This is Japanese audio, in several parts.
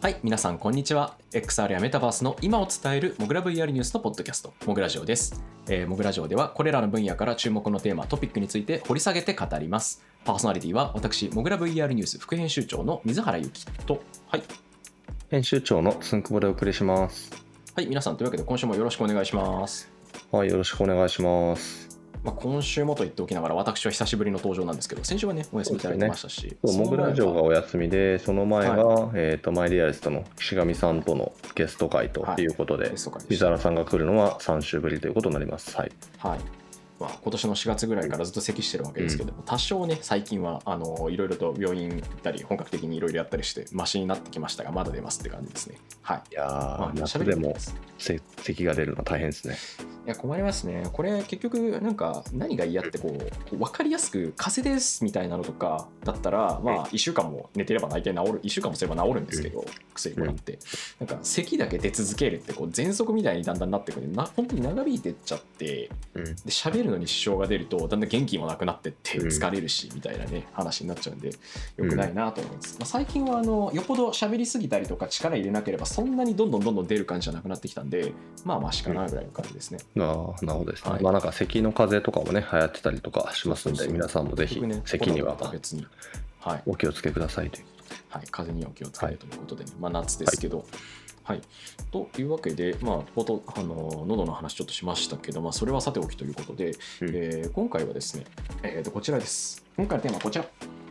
はい、皆さんこんにちは。XR やメタバースの今を伝えるモグラ VR ニュースのポッドキャスト、モグラジオです。モグラジオではこれらの分野から注目のテーマ、トピックについて掘り下げて語ります。パーソナリティは私、モグラ VR ニュース副編集長の水原由紀と、はい。 編集長のつんくぼでお送りします。 はい、皆さんというわけで今週もよろしくお願いします。 はい、よろしくお願いします。 今週もと言っておきながら私は久しぶりの登場なんですけど、先週はねお休みいただいてましたし、 モグラジオがお休みで、その前が、マイリアリストの岸上さんとのゲスト会ということで、水原さんが来るのは3週ぶりということになります。はい、 はい。今年の4月ぐらいからずっと咳してるわけですけど、多少ね最近はいろいろと病院行ったり本格的にいろいろやったりしてマシになってきましたが、まだ出ますって感じですね。はい。 いや夏でも咳が出るのは大変ですね。 いや困りますね。これ結局なんか何が嫌って分かりやすく風邪ですみたいなのとかだったら1週間も寝てれば大体治る、1週間もすれば治るんですけど、薬もらってなんか咳だけ出続けるって喘息みたいにだんだんなってくるんで、本当に長引いてっちゃって、で喋るのに支障が出るとだんだん元気もなくなってって疲れるしみたいなね話になっちゃうんでよくないなと思います。最近はよっぽど喋りすぎたりとか力入れなければそんなにどんどん出る感じじゃなくなってきたんで、マシかなぐらいの感じですね。 なるほどですね。はい、なんか咳の風邪とかもね流行ってたりとかしますので、皆さんもぜひ咳にはお気をつけくださいということで、 はい、風邪にはお気をつけるということで、夏ですけど、はい、というわけで、喉の話ちょっとしましたけど、それはさておきということで、今回はですね、こちらです。今回のテーマはこちら。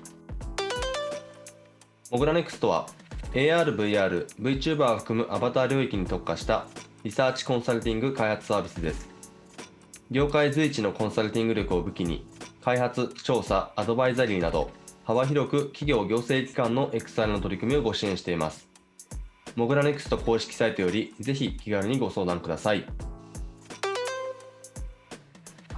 モグラネクストは AR、VR、VTuber を含むアバター領域に特化したリサーチコンサルティング開発サービスです。業界随一のコンサルティング力を武器に、開発、調査、アドバイザリーなど幅広く企業行政機関の XR の取り組みをご支援しています。モグラネクスト公式サイトよりぜひ気軽にご相談ください。 はい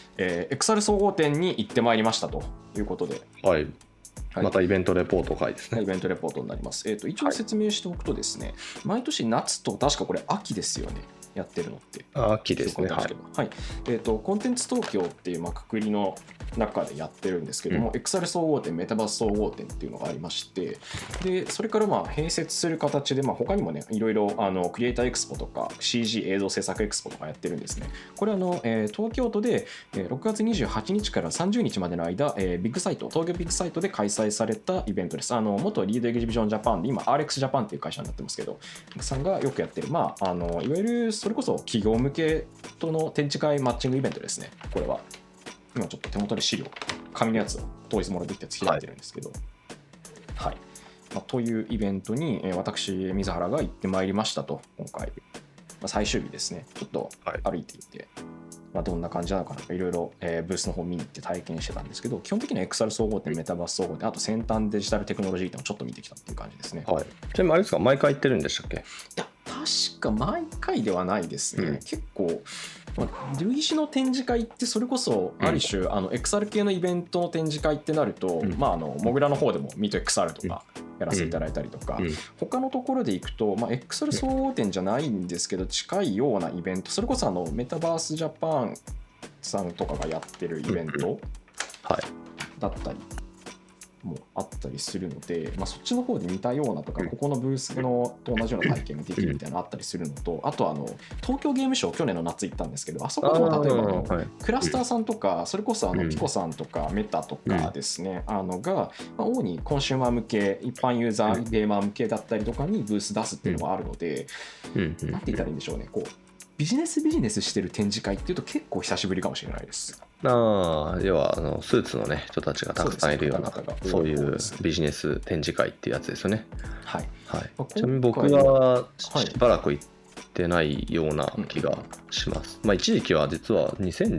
、XR 総合展に行ってまいりましたということで、 はい、またイベントレポート会ですね。 イベントレポートになります。一応説明しておくとですね、毎年夏と確かこれ秋ですよね、やってるのって。 秋ですね。 はい。コンテンツ東京っていうくくりの中でやってるんですけども、XR 総合展、メタバース総合展っていうのがありまして、でそれから併設する形で、他にもねいろいろクリエイターエクスポとか CG 映像制作エクスポとかやってるんですね。これ東京都で6月28日から30日までの間、ビッグサイト、東京ビッグサイトで開催されたイベントです。元リードエグジビジョンジャパンで今 RX ジャパンっていう会社になってますけど、さんがよくやってるいわゆるそれこそ企業向けとの展示会マッチングイベントですね。これは今ちょっと手元で資料、紙のやつを統一もらってきたやつ開いてるんですけど、はい、というイベントに私水原が行ってまいりましたと。今回最終日ですね。ちょっと歩いていて、どんな感じなのかいろいろブースの方見に行って体験してたんですけど、基本的には XR 総合展、メタバース総合展、あと先端デジタルテクノロジー展をちょっと見てきたっていう感じですね。 はい、ちなみにあれですか、毎回行ってるんでしたっけ？いや確か毎回ではないですね。結構類似の展示会ってそれこそある種、XR 系のイベントの展示会ってなると、モグラの方でもミート XR とかやらせていただいたりとか、他のところでいくと、XR 総合展じゃないんですけど近いようなイベント、それこそメタバースジャパンさんとかがやってるイベントだったりもあったりするので、そっちの方で似たようなとか、ここのブースのと同じような体験ができるみたいなのあったりするのと、あと東京ゲームショウ去年の夏行ったんですけど、あそこでも例えばクラスターさんとか、それこそピコさんとかメタとかですね、が主にコンシューマー向け、一般ユーザーゲーマー向けだったりとかにブース出すっていうのがあるので、なんて言ったらいいんでしょうね、ビジネスしてる展示会っていうと結構久しぶりかもしれないです。 要はスーツのね人たちがたくさんいるような、そういうビジネス展示会っていうやつですよね。 はい、 ちなみに僕はしばらく行ってないような気がします。一時期は実は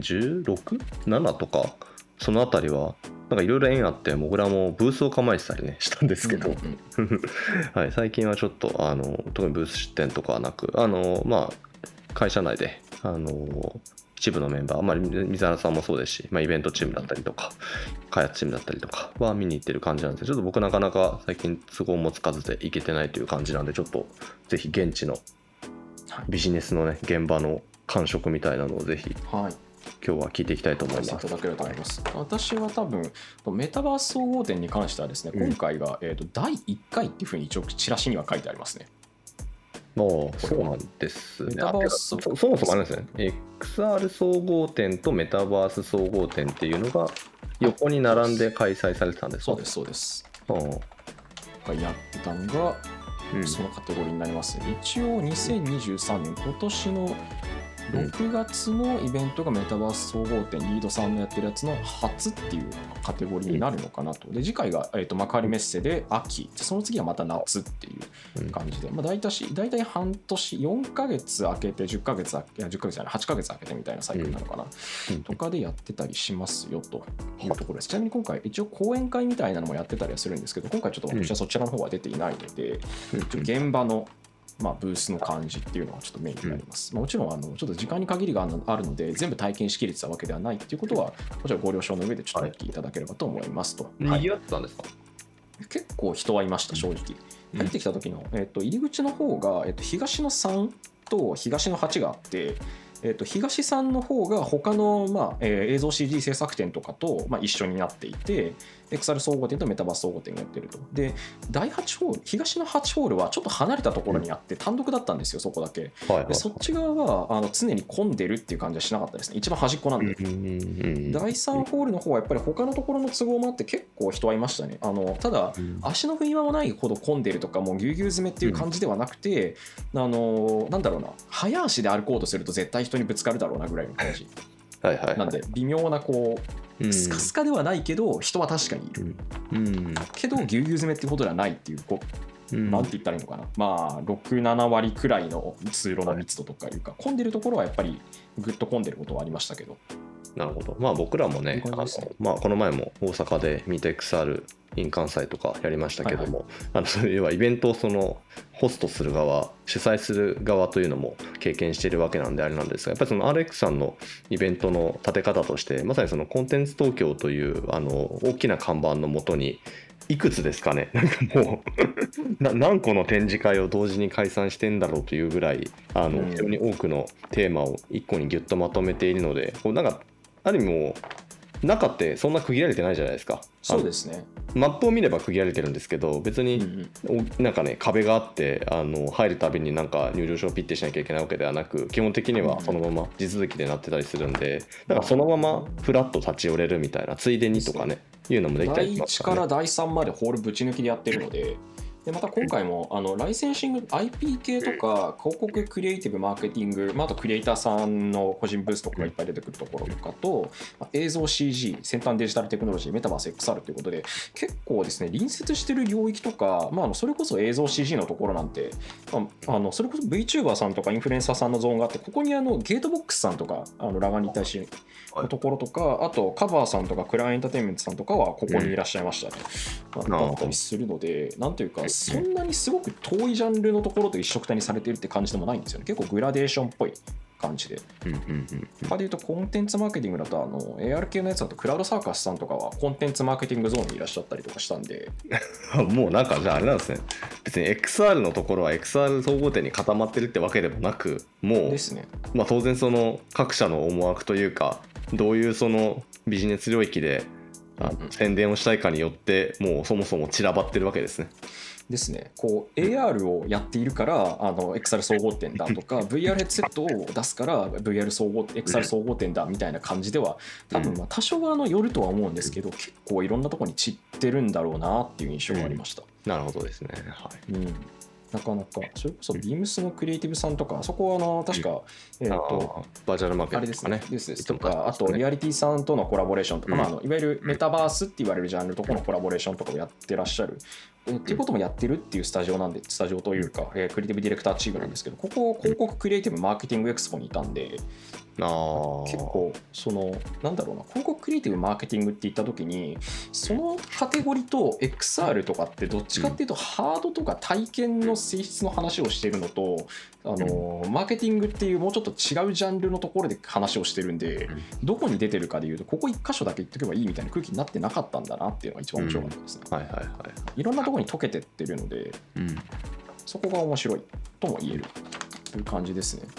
2016、7とかそのあたりはなんかいろいろ縁あってモグラもブースを構えてたりねしたんですけど、最近はちょっと特にブース出展とかはなく、会社内で一部のメンバー、水原さんもそうですし、イベントチームだったりとか開発チームだったりとかは見に行ってる感じなんですけど、ちょっと僕なかなか最近都合もつかずで行けてないという感じなんで、ちょっとぜひ現地のビジネスのね現場の感触みたいなのをぜひ今日は聞いていきたいと思います。 いただければと思います。私は多分メタバース総合展に関してはですね、今回が、第1回っていうふうに一応チラシには書いてありますね。 そうなんですね。 メタバースそもそもあれですね、XR 総合展とメタバース総合展っていうのが横に並んで開催されてたんですか？ そうです、そうです。やってたのが、そのカテゴリーになります。一応2023年、今年の6月のイベントがメタバース総合展、リードさんのやってるやつの初っていうカテゴリーになるのかなと。で次回が、幕張メッセで秋、その次はまた夏っていう感じで、大体半年、4ヶ月空けて10ヶ月、10ヶ月じゃない、8ヶ月空けてみたいなサイクルなのかな、とかでやってたりしますよというところです。ちなみに今回、一応講演会みたいなのもやってたりはするんですけど、今回ちょっと私はそちらの方は出ていないので、現場のブースの感じっていうのはちょっとメインになります。もちろんちょっと時間に限りがあるので全部体験しきれてたわけではないっていうことはもちろんご了承の上でちょっとお聞きいただければと思いますと。 賑わってたんですか？ 結構人はいました、正直。入ってきた時の、入り口の方が、東の3と東の8があって、東さんの方が他の、映像 CG 制作展とかと、一緒になっていて、XR 総合展とメタバース総合展がやってると。で、第8ホール、東の8ホールはちょっと離れたところにあって単独だったんですよ、そこだけ。でそっち側は常に混んでるっていう感じはしなかったですね。一番端っこなんで。第3ホールの方はやっぱり他のところの都合もあって結構人はいましたね。ただ、足の踏み場もないほど混んでるとか、もうぎゅうぎゅう詰めっていう感じではなくて、なんだろうな、早足で歩こうとすると絶対人にぶつかるだろうなぐらいの感じ。なんで微妙なスカスカではないけど人は確かにいる、けどぎゅうぎゅう詰めっていうことではないっていうなんて言ったらいいのかな、6、7割くらいの通路の密度とかいうか、混んでるところはやっぱりぐっと混んでることはありましたけど。 なるほど。僕らもね、この前も大阪でミート XR in関西とかやりましたけども、要はイベントをホストする側、主催する側というのも経験しているわけなんであれなんですが、やっぱりその RX さんのイベントの立て方として、まさにそのコンテンツ東京という大きな看板のもとに、いくつですかね、なんかもう何個の展示会を同時に開催してんだろうというぐらい非常に多くのテーマを1個にギュッとまとめているので、なんかある意味もう中ってそんな区切られてないじゃないですか。 そうですね。 マップを見れば区切られてるんですけど、別になんかね壁があって入るたびになんか入場証をピッてしなきゃいけないわけではなく、基本的にはそのまま地続きでなってたりするんで、だからそのままフラッと立ち寄れるみたいな、ついでにとかねいうのもできたりしますからね。 第1から第3までホールぶち抜きでやってるので。でまた今回もライセンシング IP 系とか広告クリエイティブマーケティング、あとクリエイターさんの個人ブースとかがいっぱい出てくるところとかと、映像 CG 先端デジタルテクノロジーメタバース XR ということで結構ですね隣接してる領域とか、それこそ映像 CG のところなんて、それこそ VTuber さんとかインフルエンサーさんのゾーンがあって、ここにゲートボックスさんとかラガニ対しのところとか、あとカバーさんとかクライエンターテインメントさんとかはここにいらっしゃいましたね。だったりするので、なんというかそんなにすごく遠いジャンルのところと一緒くたにされているって感じでもないんですよね。結構グラデーションっぽい感じで。他でいうとコンテンツマーケティングだとAR 系のやつだとクラウドサーカスさんとかはコンテンツマーケティングゾーンにいらっしゃったりとかしたんでもうなんかじゃああれなんですね、別に XR のところは XR 総合点に固まってるってわけでもなく、もうですね、 当然その各社の思惑というか、どういうそのビジネス領域で宣伝をしたいかによってもうそもそも散らばってるわけですね。 ですね。AR をやっているからXR 総合点だとかVR ヘッドセットを出すから XR 総合点だみたいな感じでは多分多少はよるとは思うんですけど、結構いろんなところに散ってるんだろうなっていう印象がありました。 なるほどですね。はい。 なかなかそれこそビームスのクリエイティブさんとか、そこは確かバーチャルマーケットとかね、 あれですねとか、あとリアリティさんとのコラボレーションとか、いわゆるメタバースって言われるジャンルとこのコラボレーションとかをやってらっしゃるっていうこともやってるっていうスタジオなんで、スタジオというかクリエイティブディレクターチームなんですけど、ここ広告クリエイティブマーケティングエクスポにいたんで、結構なんだろうな、広告クリエイティブマーケティングって言った時にそのカテゴリーと XR とかってどっちかっていうとハードとか体験の性質の話をしてるのと、マーケティングっていうもうちょっと違うジャンルのところで話をしてるんで、どこに出てるかでいうとここ1箇所だけ言っとけばいいみたいな空気になってなかったんだなっていうのが一番面白かったですね。いろんなところに溶けてってるので、そこが面白いとも言えるという感じですね。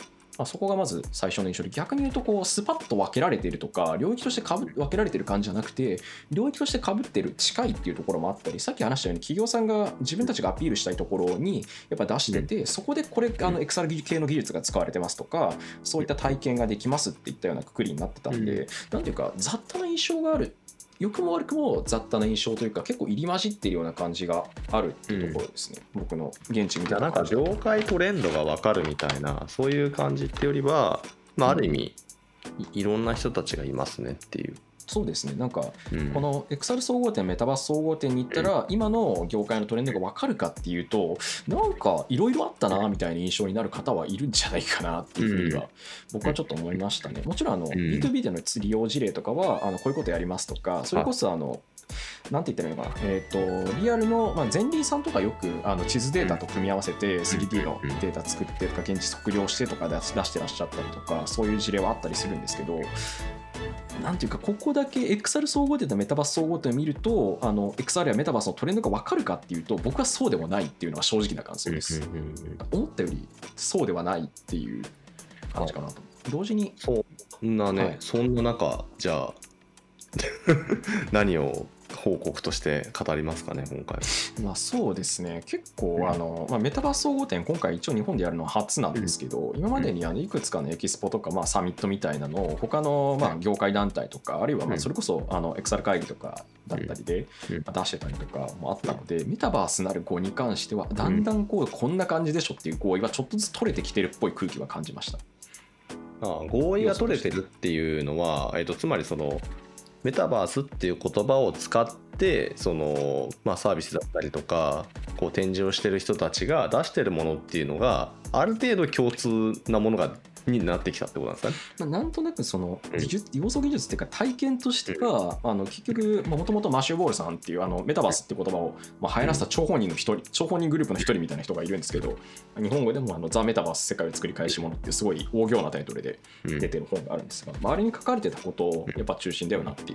そこがまず最初の印象で、逆に言うとこうスパッと分けられているとか領域として分けられている感じじゃなくて、領域として被っている近いっていうところもあったり、さっき話したように企業さんが自分たちがアピールしたいところにやっぱ出してて、そこでこれXR 系の技術が使われてますとか、そういった体験ができますっていったようなくくりになってたんで、なんていうか雑多な印象がある、良くも悪くも雑多な印象というか、結構入り混じっているような感じがあるっていうところですね、僕の現地見てた感じ。 なんか業界トレンドが分かるみたいな、そういう感じってよりは、ある意味、いろんな人たちがいますねっていう。 そうですね、なんかこの XR 総合店、メタバース総合店に行ったら今の業界のトレンドが分かるかっていうと、なんかいろいろあったなみたいな印象になる方はいるんじゃないかなっていうふうには僕はちょっと思いましたね。もちろんB2B での利用事例とかはこういうことやりますとか、それこそなんて言ったらいいのかな、リアルの、前輪さんとかよく地図データと組み合わせて 3D のデータ作ってとか現地測量してとか出してらっしゃったりとか、そういう事例はあったりするんですけど、なんていうか、ここだけ XR 総合点とメタバース総合点を見るとXR やメタバースのトレンドが分かるかっていうと、僕はそうでもないっていうのが正直な感想です。思ったよりそうではないっていう感じかなと。同時にそんなね、そんな中じゃあ何を報告として語りますかね、今回は。そうですね、結構メタバース総合展、今回一応日本でやるのは初なんですけど、今までにいくつかのエキスポとか、サミットみたいなのを他の業界団体とか、あるいはそれこそXR 会議とかだったりで出してたりとかもあったので、メタバースなる語に関してはだんだんこんな感じでしょっていう合意はちょっとずつ取れてきてるっぽい空気は感じました。 合意が取れてるっていうのは、つまりそのメタバースっていう言葉を使ってサービスだったりとかこう展示をしてる人たちが出してるものっていうのがある程度共通なものになってきたってことなんですかね。 なんとなくその要素技術っていうか体験としては、結局もともとマシュー・ボールさんっていうメタバースっていう言葉を流行らせた張本人の一人、張本人グループの一人みたいな人がいるんですけど、日本語でもザ・メタバース世界を作り返し物っていうすごい大行なタイトルで出てる本があるんですが、あれに書かれてたことをやっぱ中心だよなっていう、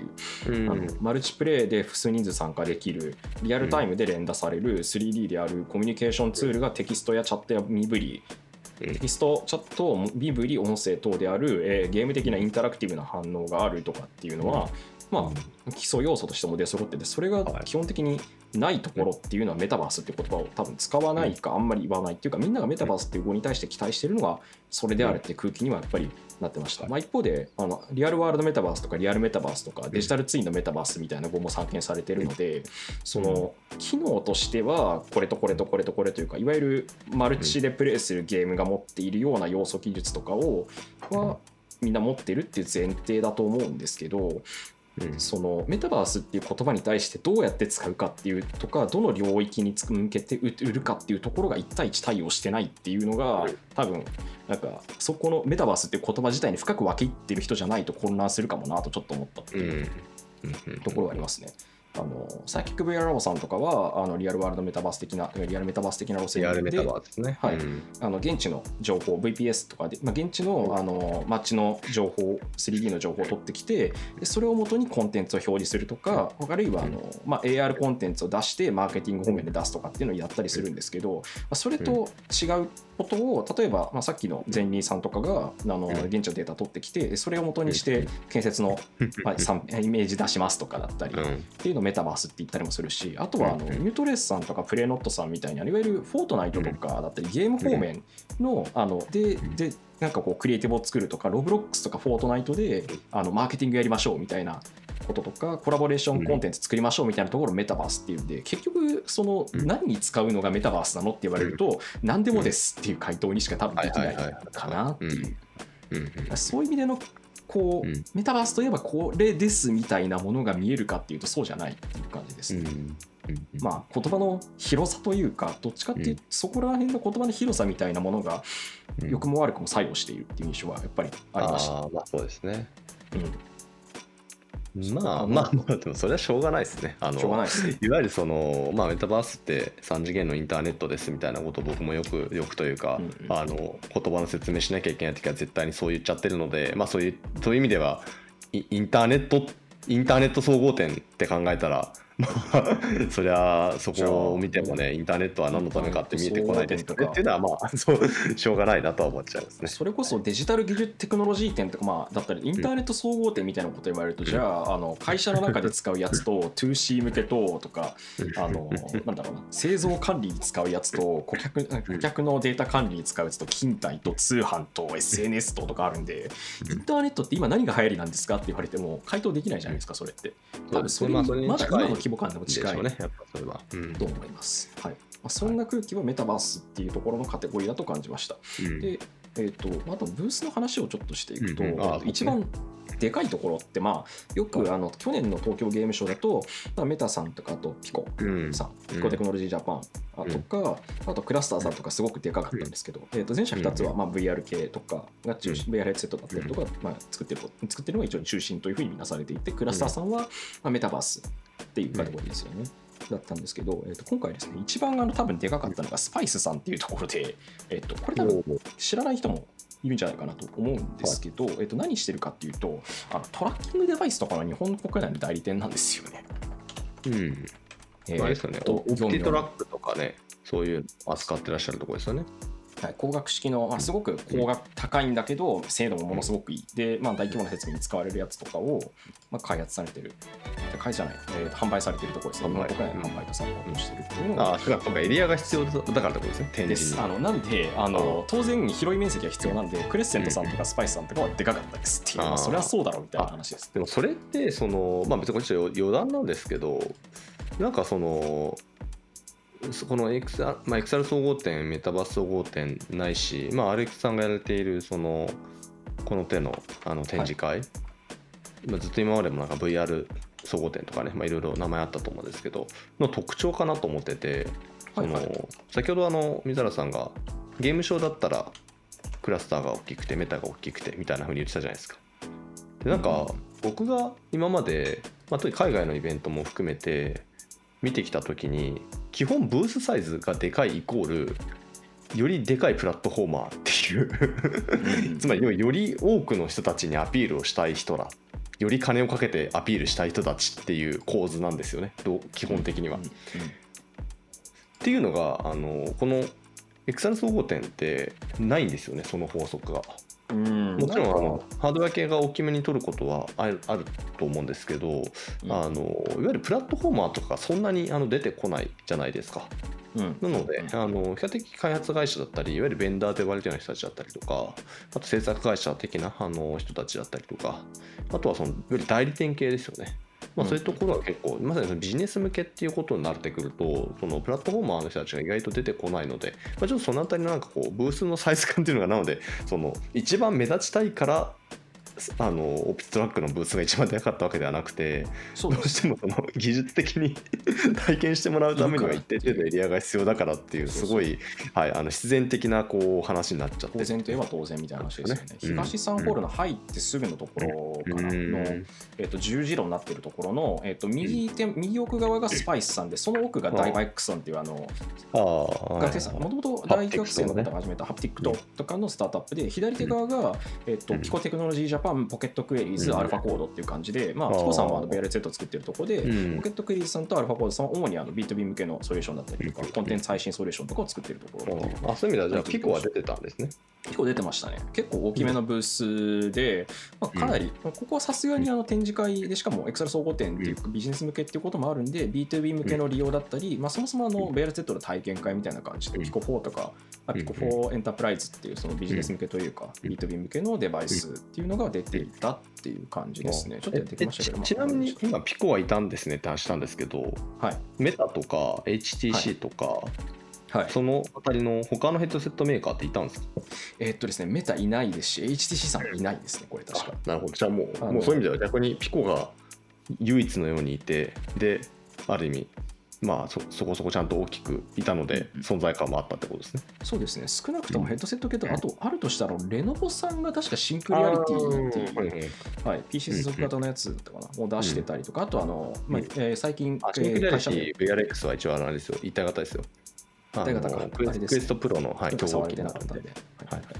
マルチプレイで複数人数参加できる、リアルタイムで連打される 3D であるコミュニケーションツールがテキストやチャットや身振り、テキスト、チャット、身振り、音声等である、ゲーム的なインタラクティブな反応があるとかっていうのは、基礎要素としても出揃ってて、それが基本的にないところっていうのはメタバースっていう言葉を多分使わないかあんまり言わないっていうか、みんながメタバースっていう語に対して期待してるのがそれであるって空気にはやっぱりなってました。一方でリアルワールドメタバースとかリアルメタバースとかデジタルツインのメタバースみたいな語も散見されているので、その機能としてはこれとこれとこれとこれというか、いわゆるマルチでプレイするゲームが持っているような要素技術とかはみんな持ってるっていう前提だと思うんですけど、そのメタバースっていう言葉に対してどうやって使うかっていうとか、どの領域に向けて売るかっていうところが1対1対応してないっていうのが、多分なんかそこのメタバースっていう言葉自体に深く分け入ってる人じゃないと混乱するかもなとちょっと思ったっていうところがありますね。サイキック VRO さんとかはリアルワールドメタバース的な路線で、現地の情報 VPS とかで、現地の街の情報 3D の情報を取ってきて、それをもとにコンテンツを表示するとか、あるいはAR コンテンツを出してマーケティング方面で出すとかっていうのをやったりするんですけど、それと違うことを例えばさっきのゼンリーさんとかが現地のデータを取ってきて、それをもとにして建設のイメージ出しますとかだったりっていうのをメタバースって言ったりもするし、あとはニュートレースさんとかプレイノットさんみたいにいわゆるフォートナイトとかだったりゲーム方面のでなんかこうクリエイティブを作るとか、ロブロックスとかフォートナイトでマーケティングやりましょうみたいなこととか、コラボレーションコンテンツ作りましょうみたいなところをメタバースっていうんで、結局その何に使うのがメタバースなのって言われると何でもですっていう回答にしか多分できないかなっていう、そういう意味でのこうメタバースといえばこれですみたいなものが見えるかっていうとそうじゃないっていう感じですね。言葉の広さというか、どっちかっていうとそこら辺の言葉の広さみたいなものが良くも悪くも作用しているっていう印象はやっぱりありました。 そうですね。でもそれはしょうがないですね。 しょうがないですね。 いわゆるそのメタバースって3次元のインターネットですみたいなことを僕もよくというか、言葉の説明しなきゃいけない時は絶対にそう言っちゃってるので、そういう意味ではインターネット総合点って考えたらまあそりゃそこを見てもね、インターネットは何のためかって見えてこないですとかっていうのはまあそうしょうがないなとは思っちゃいますね。 それこそデジタル技術テクノロジー展とか、まあ、だったりインターネット総合展みたいなこと言われると、じゃあ会社の中で使うやつと 2C 向けとかなんだろうな、製造管理に使うやつと顧客のデータ管理に使うやつと勤怠と通販と SNS とかあるんで、インターネットって今何が流行りなんですかって言われても回答できないじゃないですか、それって。多分それにまだ今の規模感でも近いね、やっぱそれはと思います。はい。そんな空気はメタバースっていうところのカテゴリーだと感じました。で、あとブースの話をちょっとしていくと、一番でかいところって、まあ、よく去年の東京ゲームショウだと、メタさんとか、あとピコさん、ピコテクノロジージャパンとか、あとクラスターさんとかすごくでかかったんですけど、前者2つはまあ VR 系とかが中心、VR ヘッドセットだったりとか、まあ、作ってるのが一応中心というふうに見なされていて、クラスターさんはまあメタバースっていうカテゴリーですよね。だったんですけど、今回ですね、一番多分でかかったのがスパイスさんっていうところで、これ多分知らない人もいるんじゃないかなと思うんですけど、何してるかっていうと、トラッキングデバイスとかの日本国内の代理店なんですよね。 あれですよね、オプティトラックとかね、そういう扱ってらっしゃるところですよね。 はい、光学式の、すごく高いんだけど精度もものすごくいいで、大規模な設備に使われるやつとかを、開発されてる販売されてるところですね。国内で販売とされようとしてるっていうのが、 そうかエリアが必要だからってことですね。展示になんで当然広い面積が必要なんで、クレッセントさんとかスパイスさんとかはでかかったですっていう、それはそうだろうみたいな話です。 でもそれって別にこっちは余談なんですけど、なんかこのXR 総合展、メタバース総合展ないし、RX さんがやられているこの手の展示会、ずっと今までもなんか VR 総合展とかね、いろいろ名前あったと思うんですけど、の特徴かなと思ってて、先ほど水原さんがゲームショーだったらクラスターが大きくてメタが大きくてみたいな風に言ってたじゃないですか。でなんか僕が今まで、特に海外のイベントも含めて見てきた時に、基本ブースサイズがでかいイコールよりでかいプラットフォーマーっていうつまりより多くの人たちにアピールをしたい人ら、より金をかけてアピールしたい人たちっていう構図なんですよね、基本的には。っていうのがこの XR 総合展ってないんですよね、その法則が。もちろんハードウェア系が大きめに取ることはあると思うんですけど、いわゆるプラットフォーマーとかがそんなに出てこないじゃないですか。なので比較的開発会社だったり、いわゆるベンダーと呼ばれるような人たちだったりとか、あと制作会社的な人たちだったりとか、あとはいわゆる代理店系ですよね。そういうところは結構まさにビジネス向けっていうことになってくると、そのプラットフォーマーの人たちが意外と出てこないので、ちょっとそのあたりのブースのサイズ感っていうのが、なので一番目立ちたいからオプティトラックのブースが一番でかかったわけではなくて、どうしても技術的に体験してもらうためには一定程度エリアが必要だからっていう、すごい必然的な話になっちゃって、 当然といえば当然みたいな話ですよね。東サンホールの入ってすぐのところからの十字路になっているところの右奥側がスパイスさんで、その奥がダイバ X さんっていう学生さん、もともと大学生の方が始めたハプティックとかのスタートアップで、左手側がピコテクノロジージャパンポケットクエリーズアルファコードっていう感じで、ピコさんはVRZ を作ってるところで、ポケットクエリーズさんとアルファコードさんは主にB2B 向けのソリューションだったりとか、コンテンツ配信ソリューションとかを作ってるところ。 そういう意味ではじゃあピコは出てたんですね。 ピコ出てましたね。結構大きめのブースで、かなりここはさすがに展示会で、しかも XR 総合展っていうビジネス向けっていうこともあるんで、B2B 向けの利用だったり、そもそもVRZ の体験会みたいな感じで、ピコ4とかピコ4エンタープライズっていうそのビジネス向けというか B2B 向けのデバイスっていうのが出ていたっていう感じですね。ちょっとやってきましたけど、 ちなみに今ピコはいたんですねって話したんですけど、メタとか HTC とか、そのあたりの他のヘッドセットメーカーっていたんですか？ ですね、メタいないですし HTC さんもいないですね、これ確か。 なるほど。じゃあもうそういう意味では逆にピコが唯一のようにいて、である意味そこそこちゃんと大きくいたので存在感もあったってことですね。 そうですね。少なくともヘッドセット系と、あとあるとしたらレノボさんが確かシンクリアリティっていう、PC 接続型のやつだったかなを出してたりとか、あと最近シンクリアリティ VRX は一応あれですよ、一体型ですよ。 一体型かクエストプロの触れてなかったんで。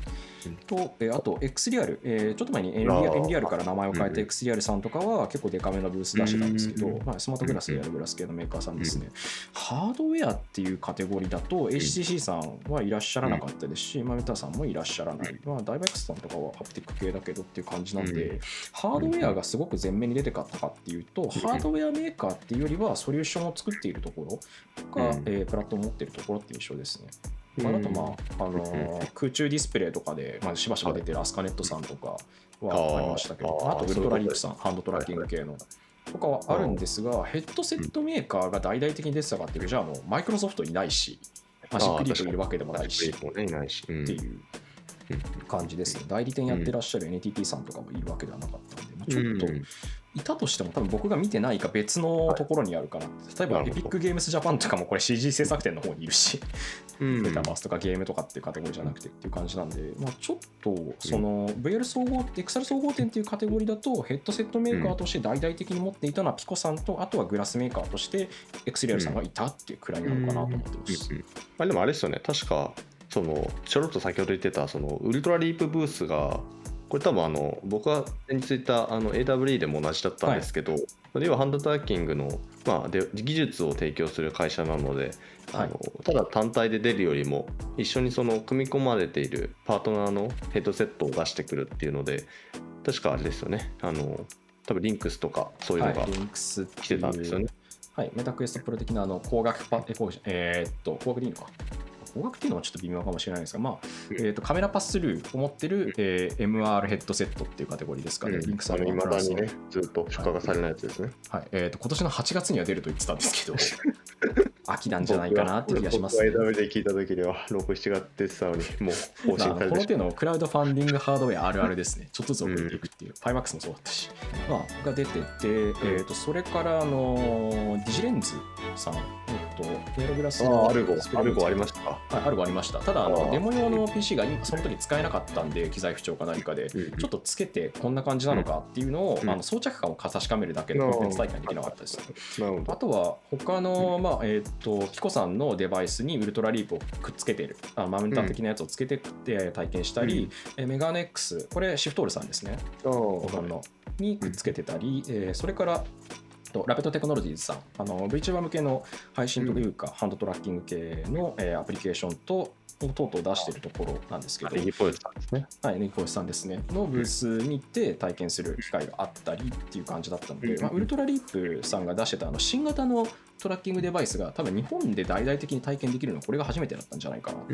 と、あと X リアル、ちょっと前に N リアルから名前を変えた X リアルさんとかは結構デカめのブース出してたんですけど、スマートグラスでやるグラス系のメーカーさんですね。ハードウェアっていうカテゴリーだと HTC さんはいらっしゃらなかったですし、メタさんもいらっしゃらない。ダイバックスさんとかはハプティック系だけどっていう感じなんで、ハードウェアがすごく前面に出てかったかっていうと、ハードウェアメーカーっていうよりはソリューションを作っているところが、プラットフォームを持っているところっていう印象ですね。あと空中ディスプレイとかで、しばしば出てるアスカネットさんとかはありましたけど、あとウルトラリープさん、ハンドトラッキング系のとかはあるんですが、ヘッドセットメーカーが大々的に出てたかっていうと、じゃあマイクロソフトいないし、マジックリートいるわけでもないし、っていう感じですね。代理店やってらっしゃる NTT さんとかもいるわけではなかったんで、ちょっといたとしても多分僕が見てないか別のところにあるかな。例えばエピックゲームスジャパンとかもこれ CG 制作店の方にいるし、メタバースとかゲームとかっていうカテゴリーじゃなくてっていう感じなんで、ちょっとその VR 総合、XR 総合店っていうカテゴリーだとヘッドセットメーカーとして大々的に持っていたのはピコさんと、あとはグラスメーカーとして XREAL さんがいたっていうくらいなのかなと思ってます。 でもあれですよね、確かちょろっと先ほど言ってたウルトラリープブースが、これ多分僕が先日言った AWE でも同じだったんですけど、要はハンドトラッキングの、技術を提供する会社なので、ただ単体で出るよりも一緒に組み込まれているパートナーのヘッドセットを出してくるっていうので、確かあれですよね、多分リンクスとかそういうのが来てたんですよね。 メタクエストプロ的な光学光学でいいのか、光学っていうのはちょっと微妙かもしれないですが、カメラパススルーを持ってる、MR ヘッドセットっていうカテゴリーですかね。リンクさんの未だにね、ずっと出荷がされないやつですね。 今年の8月には出ると言ってたんですけど、秋なんじゃないかなって気がしますね。 僕は AW で聞いた時には6、7月出てたのに、もう更新されてこの手のクラウドファンディングハードウェアあるあるですね。ちょっとずつ遅れていくっていう、パイマックスもそうだったし、が出てて、それからディジレンズさん、エアログラスのアルゴありましたか？ アルゴありました。ただデモ用の PC がその時使えなかったんで、機材不調か何かで、ちょっとつけてこんな感じなのかっていうのを、装着感を確かめるだけでコンテンツ体験できなかったです。あとは他の、ピコさんのデバイスにウルトラリープをくっつけている、マウンター的なやつをつけて体験したり、メガネ X、これシフトールさんですね。にくっつけてたり、それからラペットテクノロジーズさん、VTuber 向けの配信というか、ハンドトラッキング系の、アプリケーションと等々出しているところなんですけど、 ネギポイスさんですね。 ネギポイスさんですねのブースに行って体験する機会があったりっていう感じだったので、ウルトラリープさんが出してた新型のトラッキングデバイスが多分日本で大々的に体験できるのはこれが初めてだったんじゃないかな。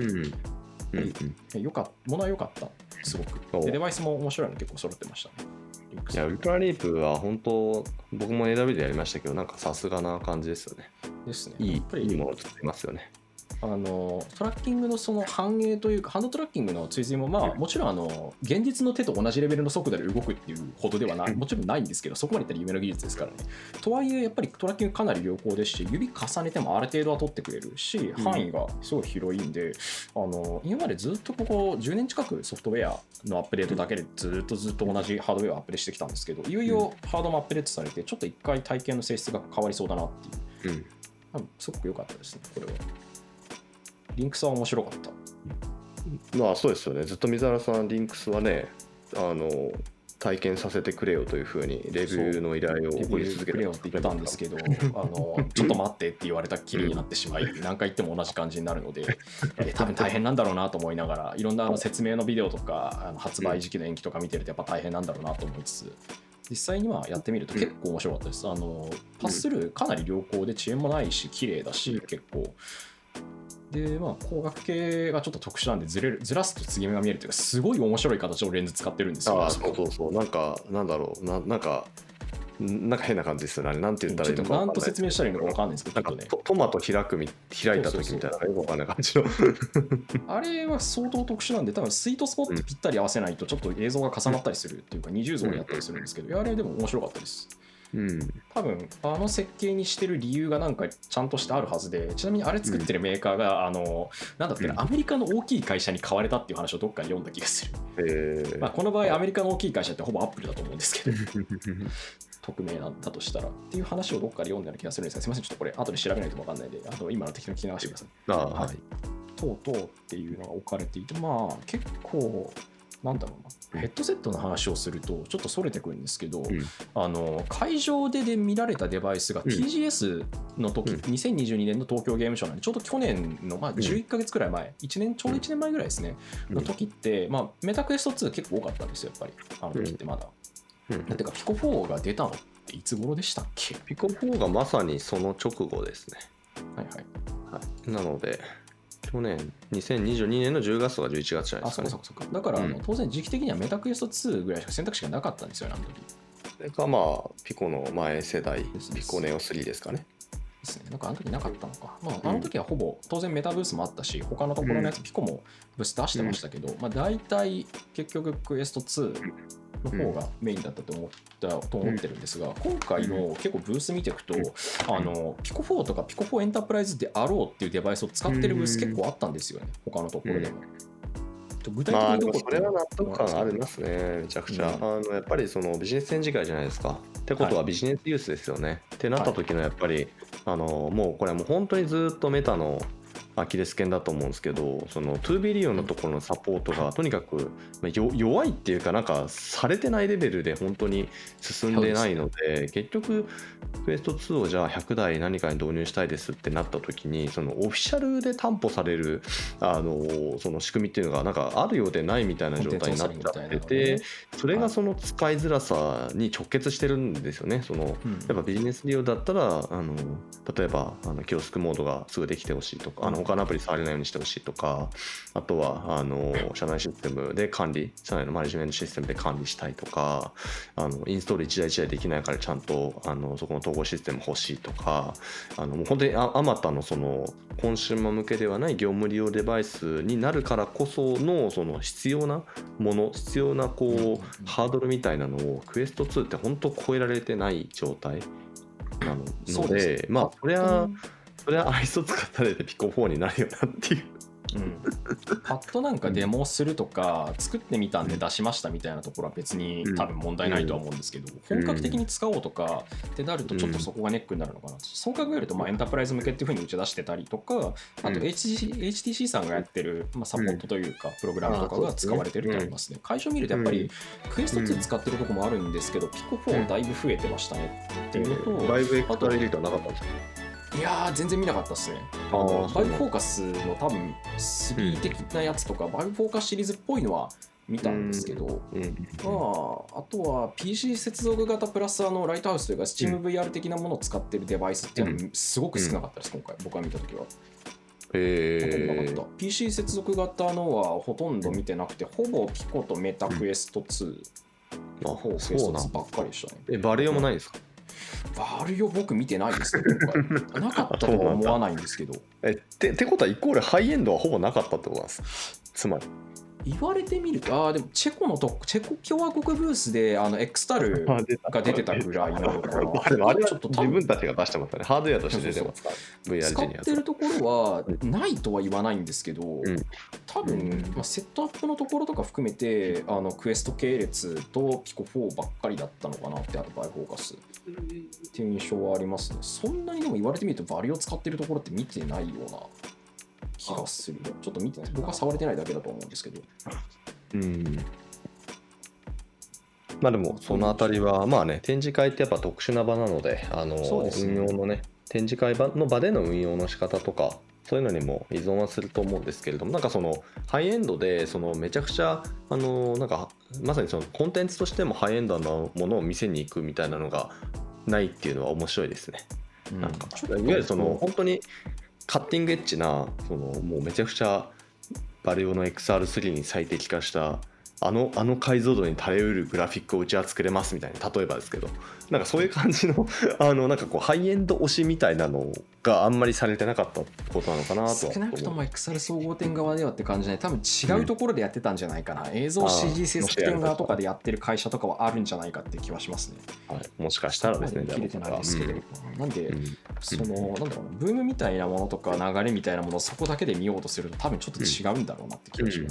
ものは良かった、すごく。でデバイスも面白いの結構揃ってましたね。 いやウルトラリープは本当、僕も AW でやりましたけど、なんかさすがな感じですよね。 ですね。 いいものを作ってますよね。 トラッキングのその反映というか、ハンドトラッキングの追随も、もちろん現実の手と同じレベルの速度で動くっていうほどではない、もちろんないんですけど、そこまでいったら夢の技術ですからね。とはいえ、やっぱりトラッキングかなり良好ですし、指重ねてもある程度は取ってくれるし、範囲がすごい広いんで、今までずっとここ10年近くソフトウェアのアップデートだけでずっと同じハードウェアをアップデートしてきたんですけど、いよいよハードもアップデートされて、ちょっと一回体験の性質が変わりそうだなっていう。すごく良かったですね、これは。リンクスは面白かった。 そうですよね。ずっと水原さん、リンクスはね、体験させてくれよというふうにレビューの依頼を送り続けてよって言ったんですけど、ちょっと待ってって言われたきりになってしまい、何回言っても同じ感じになるので、多分大変なんだろうなと思いながら、いろんな説明のビデオとか発売時期の延期とか見てるとやっぱ大変なんだろうなと思いつつ、実際にはやってみると結構面白かったです。パススルーかなり良好で遅延もないし綺麗だし、結構で、光学系がちょっと特殊なんでずらすと継ぎ目が見えるというか、すごい面白い形のレンズ使ってるんですよ。 そうなんだろうなんか変な感じですよね。なんて言ったらいいのか分かんない。ちょっと何と説明したらいいのか分かんないですけど、 なんかトマト開いた時みたいなよく分かんない感じのあれは相当特殊なんで、多分スイートスポットぴったり合わせないとちょっと映像が重なったりするっていうか、二重像にやったりするんですけど、あれでも面白かったです。多分設計にしてる理由がなんかちゃんとしてあるはずで、ちなみにあれ作ってるメーカーがなんだっけな、アメリカの大きい会社に買われたっていう話をどっかで読んだ気がする。この場合アメリカの大きい会社ってほぼアップルだと思うんですけど匿名なんだとしたらっていう話をどっかで読んだような気がするんですが、すみません、ちょっとこれ後で調べないと分かんないんで、今の適当に聞き流してください。とうとうっていうのが置かれていて、結構なんだろうな、ヘッドセットの話をするとちょっとそれてくるんですけど、 うん会場で見られたデバイスが TGS の時、2022年の東京ゲームショウなんでちょうど去年の11ヶ月くらい前、ちょうど1年前ぐらいですね、の時って、メタクエスト2結構多かったんですよ、やっぱりあの時ってまだ。だってかピコ4が出たのっていつ頃でしたっけ？ ピコ4がまさにその直後ですね。 はいはい。 なので去年2022年の10月とか11月じゃないですかね。 そうか。だから当然時期的にはメタクエスト2ぐらいしか選択肢がなかったんですよね、あの時。 それかピコの前世代、ピコネオ3ですかね。 ですね。なんかあの時なかったのか。あの時はほぼ当然メタブースもあったし、他のところのやつピコもブース出してましたけど、大体結局クエスト2の方がメインだったと思ってるんですが、今回の結構ブース見ていくと、ピコ4とかピコ4エンタープライズであろうっていうデバイスを使ってるブース結構あったんですよね、他のところでも。具体的にどこそれは納得感ありますね、めちゃくちゃ。やっぱりそのビジネス展示会じゃないですか。ってことはビジネスユースですよね。ってなった時のやっぱり、もうこれはもう本当にずっとメタのアキレス腱だと思うんですけど、その 2B 利用のところのサポートがとにかく弱いっていうか、なんかされてないレベルで本当に進んでないので、結局クエスト2をじゃあ100台何かに導入したいですってなった時に、そのオフィシャルで担保されるその仕組みっていうのがなんかあるようでないみたいな状態になっちゃってて、それがその使いづらさに直結してるんですよね。そのやっぱビジネス利用だったら例えばキオスクモードがすぐできてほしいとか、他のアプリ触れないようにしてほしいとか、あとは社内システムで社内のマネジメントシステムで管理したいとか、インストール1台1台できないからちゃんとそこの統合システム欲しいとか、もう本当にあまたのそのコンシューマー向けではない業務利用デバイスになるからこそのその必要なこうハードルみたいなのをクエスト2って本当超えられてない状態なので、それはアイスを使ったらピコ4になるよなっていう。 パッとなんかデモするとか作ってみたんで出しましたみたいなところは別に多分問題ないとは思うんですけど、本格的に使おうとかってなるとちょっとそこがネックになるのかなと。そう考えるとエンタープライズ向けっていうふうに打ち出してたりとか、あと HTC さんがやってるサポートというかプログラムとかが使われてるとありますね。会場見るとやっぱりクエスト2使ってるとこもあるんですけど、ピコ4だいぶ増えてましたねっていうのと、 ライブエクストラエリートはなかったんですか？ いやー全然見なかったですね。バイブフォーカスの多分3的なやつとか、バイブフォーカスシリーズっぽいのは見たんですけど、あとは PC 接続型プラスライトハウスというか SteamVR 的なものを使ってるデバイスっていうのはすごく少なかったです、今回僕が見たときは。PC 接続型のはほとんど見てなくて、ほぼピコとメタクエスト2、クエスト2ばっかりでしたね。 バリオもないですか？ バリオ僕見てないですね、今回。なかったとは思わないんですけど。 ってことはイコールハイエンドはほぼなかったってことなんです。つまり言われてみると、でもチェコ共和国ブースでエクスタルが出てたぐらいなのかな。 でもあれはちょっと自分たちが出してますね。ハードウェアとして出てますから。VR ジェニア使ってるところはないとは言わないんですけど、多分、セットアップのところとか含めてクエスト系列とピコ4ばっかりだったのかなって、あとバイフォーカスっていう印象はありますね。そんなにでも言われてみるとバリを使ってるところって見てないような気がする。ちょっと見て、僕は触れてないだけだと思うんですけど。 でもそのあたりは展示会ってやっぱ特殊な場なので、運用のね、展示会の場での運用の仕方とかそういうのにも依存はすると思うんですけれども、なんかそのハイエンドでそのめちゃくちゃなんかまさにそのコンテンツとしてもハイエンドなものを見せに行くみたいなのがないっていうのは面白いですね。なんかいわゆるその本当にカッティングエッジなもうめちゃくちゃバリオの XR3 に最適化したあの解像度に耐えうるグラフィックをうちは作れますみたいな、例えばですけど、なんかそういう感じのなんかこうハイエンド推しみたいなのがあんまりされてなかったことなのかなと。 少なくとも XR 総合店側ではって感じで、多分違うところでやってたんじゃないかな。映像 CG 制作店側とかでやってる会社とかはあるんじゃないかって気はしますね。 もしかしたらですね。 切れてないですけど、なんでそのなんだろうな、ブームみたいなものとか流れみたいなものをそこだけで見ようとすると多分ちょっと違うんだろうなって気がします。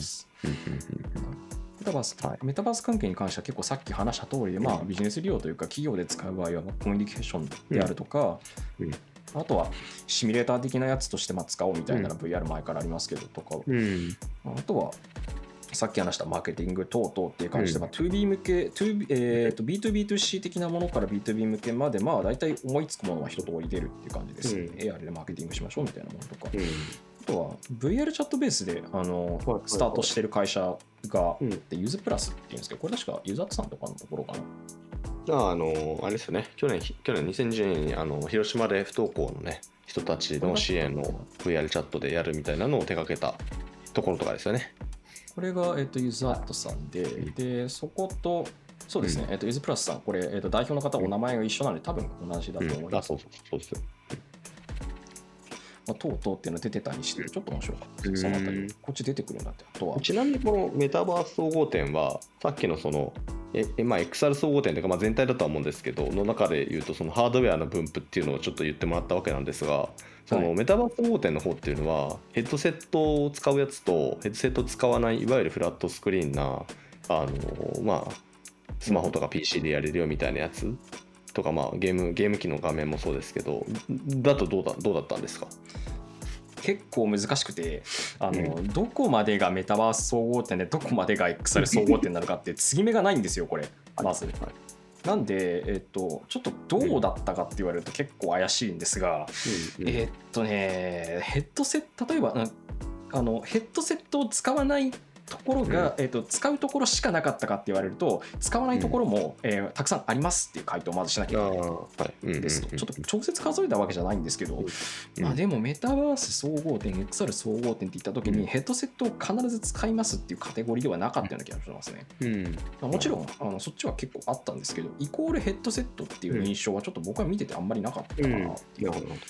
メタバース関係に関しては結構さっき話した通りで、ビジネス利用というか企業で使う場合はコミュニケーションであるとか、あとはシミュレーター的なやつとして使おうみたいなの VR 前からありますけどとか、あとはさっき話したマーケティング等々っていう感じで、2B 向け、B2B2C 的なものから B2B 向けまで、まあ大体思いつくものは一通り出るっていう感じですね。AR でマーケティングしましょうみたいなものとか。あとは VR チャットベースでスタートしてる会社が、ユーズプラスっていうんですけど、これ確かユーザーさんとかのところかな。 あれですよね、去年2020年に広島で不登校のね人たちの支援を VR チャットでやるみたいなのを手掛けたところとかですよね。 これが、ユーザーさんで、でそことそうですね、ユーズプラスさん、これ、代表の方お名前が一緒なので多分同じだと思います。 そうですよ。 とうとうっていうの出てたりしてちょっと面白かったです。そのあたりこっち出てくるんだって。あとはちなみにこのメタバース総合点はさっきのそのXR 総合点というか、全体だとは思うんですけどの中で言うとそのハードウェアの分布っていうのをちょっと言ってもらったわけなんですが、そのメタバース総合点の方っていうのはヘッドセットを使うやつとヘッドセットを使わないいわゆるフラットスクリーンなスマホとか PC でやれるよみたいなやつとか、ゲーム機の画面もそうですけどだとどうだったんですか？ 結構難しくてどこまでがメタバース総合点でどこまでが XR 総合点になるかって継ぎ目がないんですよこれまず。なんで、ちょっとどうだったかって言われると結構怪しいんですが、ヘッドセット例えばヘッドセットを使わないところが、使うところしかなかったかって言われると使わないところも、たくさんありますっていう回答をまずしなきゃいけないですと。ちょっと直接数えたわけじゃないんですけど、でもメタバース総合点 XR 総合点って言った時にヘッドセットを必ず使いますっていうカテゴリーではなかったような気がしますね。もちろんそっちは結構あったんですけどイコールヘッドセットっていう印象はちょっと僕は見ててあんまりなかったかなっていう